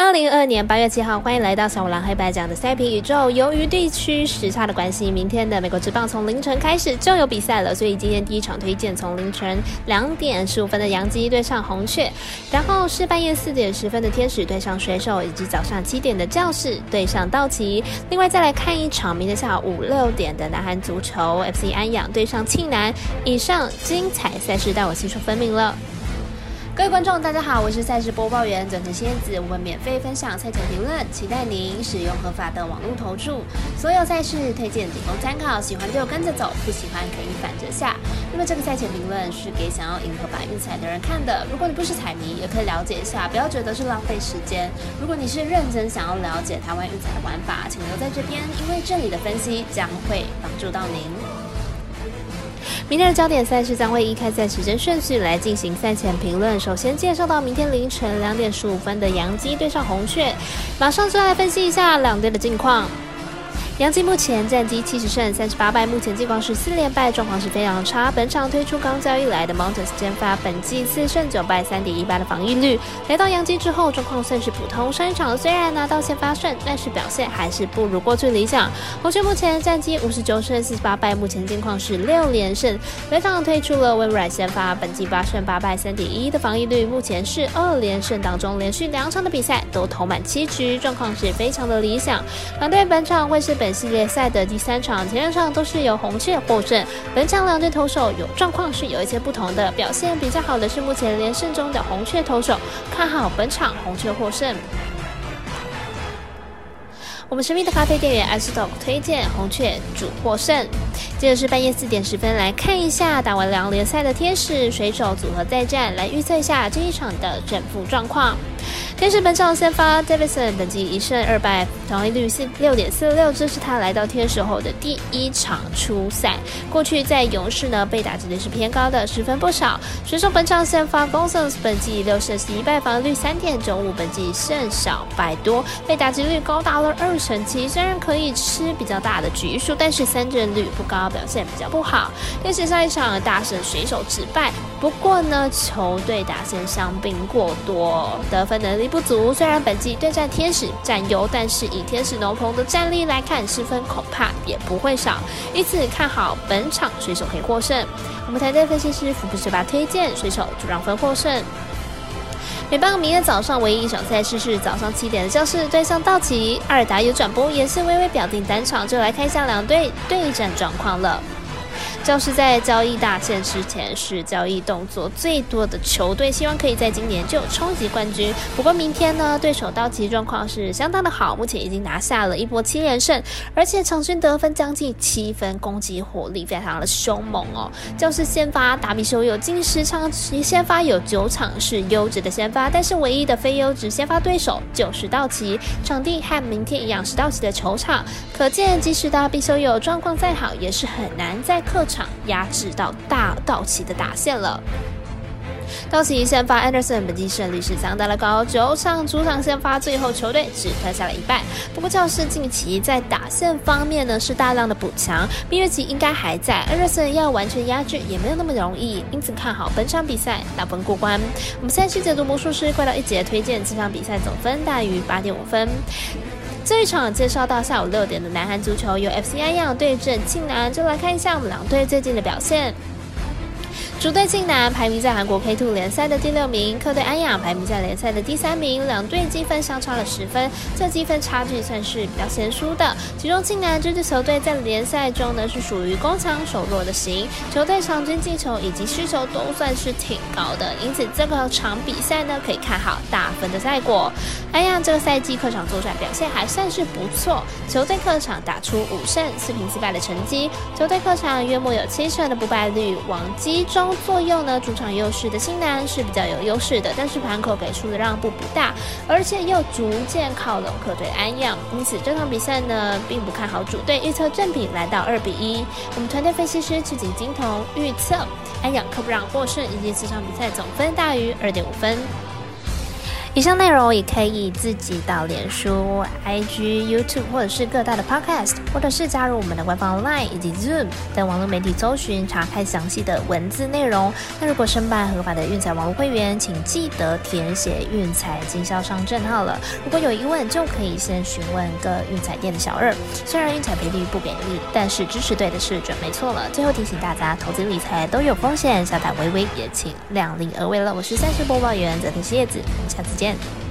2022年8月7号，欢迎来到小五郎黑白讲的赛评宇宙。由于地区时差的关系，明天的美国职棒从凌晨开始就有比赛了，所以今天第一场推荐从凌晨2点15分的洋基对上红雀，然后是半夜4点10分的天使对上水手，以及早上7点的教士对上道奇。另外再来看一场明天下午5、6点的南韩足球 FC 安养对上庆南。以上精彩赛事带我细说分明了。各位观众大家好，我是赛事播报员转成仙子，我们免费分享赛前评论，期待您使用合法的网络投注，所有赛事推荐仅供参考，喜欢就跟着走，不喜欢可以反着下。那么这个赛前评论是给想要赢合法运彩的人看的，如果你不是彩迷也可以了解一下，不要觉得是浪费时间。如果你是认真想要了解台湾运彩的玩法，请留在这边，因为这里的分析将会帮助到您。明天的焦点赛事将会依开赛时间顺序来进行赛前评论。首先介绍到明天凌晨2点15分的洋基对上红雀，马上就来分析一下两队的近况。洋基目前战绩70胜38败，目前近况是4连败，状况是非常差。本场推出刚交易来的 Montes 先发，本季4胜9败 3.18 的防御率。来到洋基之后，状况算是普通。上一场虽然拿到先发胜，但是表现还是不如过去理想。红雀目前战绩59胜48败，目前近况是6连胜。本场推出了微软先发，本季8胜8败 3.11 的防御率，目前是2连胜当中，连续2场的比赛都投满7局，状况是非常的理想。两队本场会是本系列赛的第3场，前2场都是由红雀获胜。本场两队投手有状况是有一些不同的，表现比较好的是目前连胜中的红雀投手，看好本场红雀获胜。我们神秘的咖啡店员 iStock 推荐红雀主获胜。接着是半夜4点10分，来看一下打完2联赛的天使水手组合再战，来预测一下这一场的正负状况。天使本场先发 Davidson， 本季1胜2败，防御率是 6.46， 这是他来到天使后的第1场出赛。过去在勇士呢被打击率是偏高的，10分不少。水手本场先发 Gonzalez， 本季6胜11败，防御率 3.95， 本季胜少败多，被打击率高达了27%，虽然可以吃比较大的局数，但是三振率不高，表现比较不好。天使上一场大胜水手止败，不过呢球队打线伤病过多，得分能力不足。虽然本季对战天使占优，但是以天使牛棚的战力来看，失分恐怕也不会少，因此看好本场水手可以获胜。我们团队分析师福布斯把推荐水手主让分获胜。美棒明天早上唯一一场赛事是早上7点的教士对上道奇，2打有转播，也是微微表定单场，就来看一下两队对战状况了。教士在交易大限之前是交易动作最多的球队，希望可以在今年就冲击冠军。不过明天呢，对手道奇状况是相当的好，目前已经拿下了一波7连胜，而且场均得分将近7分，攻击火力非常的凶猛哦。教士先发达比修有近10场先发有9场是优质的先发，但是唯一的非优质先发对手就是道奇，场地和明天一样是道奇的球场，可见即使达比修有状况再好，也是很难在客场压制到道奇的打线了。道奇先发 Anderson 本季胜率是相当的高，9场主场先发，最后球队只吞下了1败。不过教士近期在打线方面呢是大量的补强，蜜月期应该还在， Anderson 要完全压制也没有那么容易，因此看好本场比赛大分过关。我们赛事解读魔术师快到1节推荐这场比赛总分大于 8.5 分。这一场介绍到下午6点的南韩足球，由 FC 安养对阵庆南，就来看一下我们两队最近的表现。主队庆南排名在韩国 K2 联赛的第6名，客队安养排名在联赛的第3名，两队积分相差了10分，这积分差距算是比较悬殊的。其中庆南这支球队在联赛中呢是属于攻强守弱的型，球队场均进球以及失球都算是挺高的，因此这个场比赛呢可以看好大分的赛果。安养这个赛季客场作战表现还算是不错，球队客场打出5胜4平4败的成绩，球队客场约莫有7成的不败率，往击中左右呢，主场优势的新南是比较有优势的，但是盘口给出的让步不大，而且又逐渐靠拢客队安养，因此这场比赛呢并不看好主队，预测正比来到2-1。我们团队分析师赤井金童预测安养客不让获胜，以及这场比赛总分大于2.5分。 以上内容也可以自己到脸书、IG、YouTube 或者是各大的 Podcast， 或者是加入我们的官方 LINE 以及 Zoom 等网络媒体搜寻查看详细的文字内容。那如果申办合法的运彩网络会员，请记得填写运彩经销商证号了。如果有疑问，就可以先询问各运彩店的小二。虽然运彩赔率不给力，但是支持对的事准没错了。最后提醒大家，投资理财都有风险，小胆微微也请量力而为了。我是30播报员泽田叶子，我们下次见。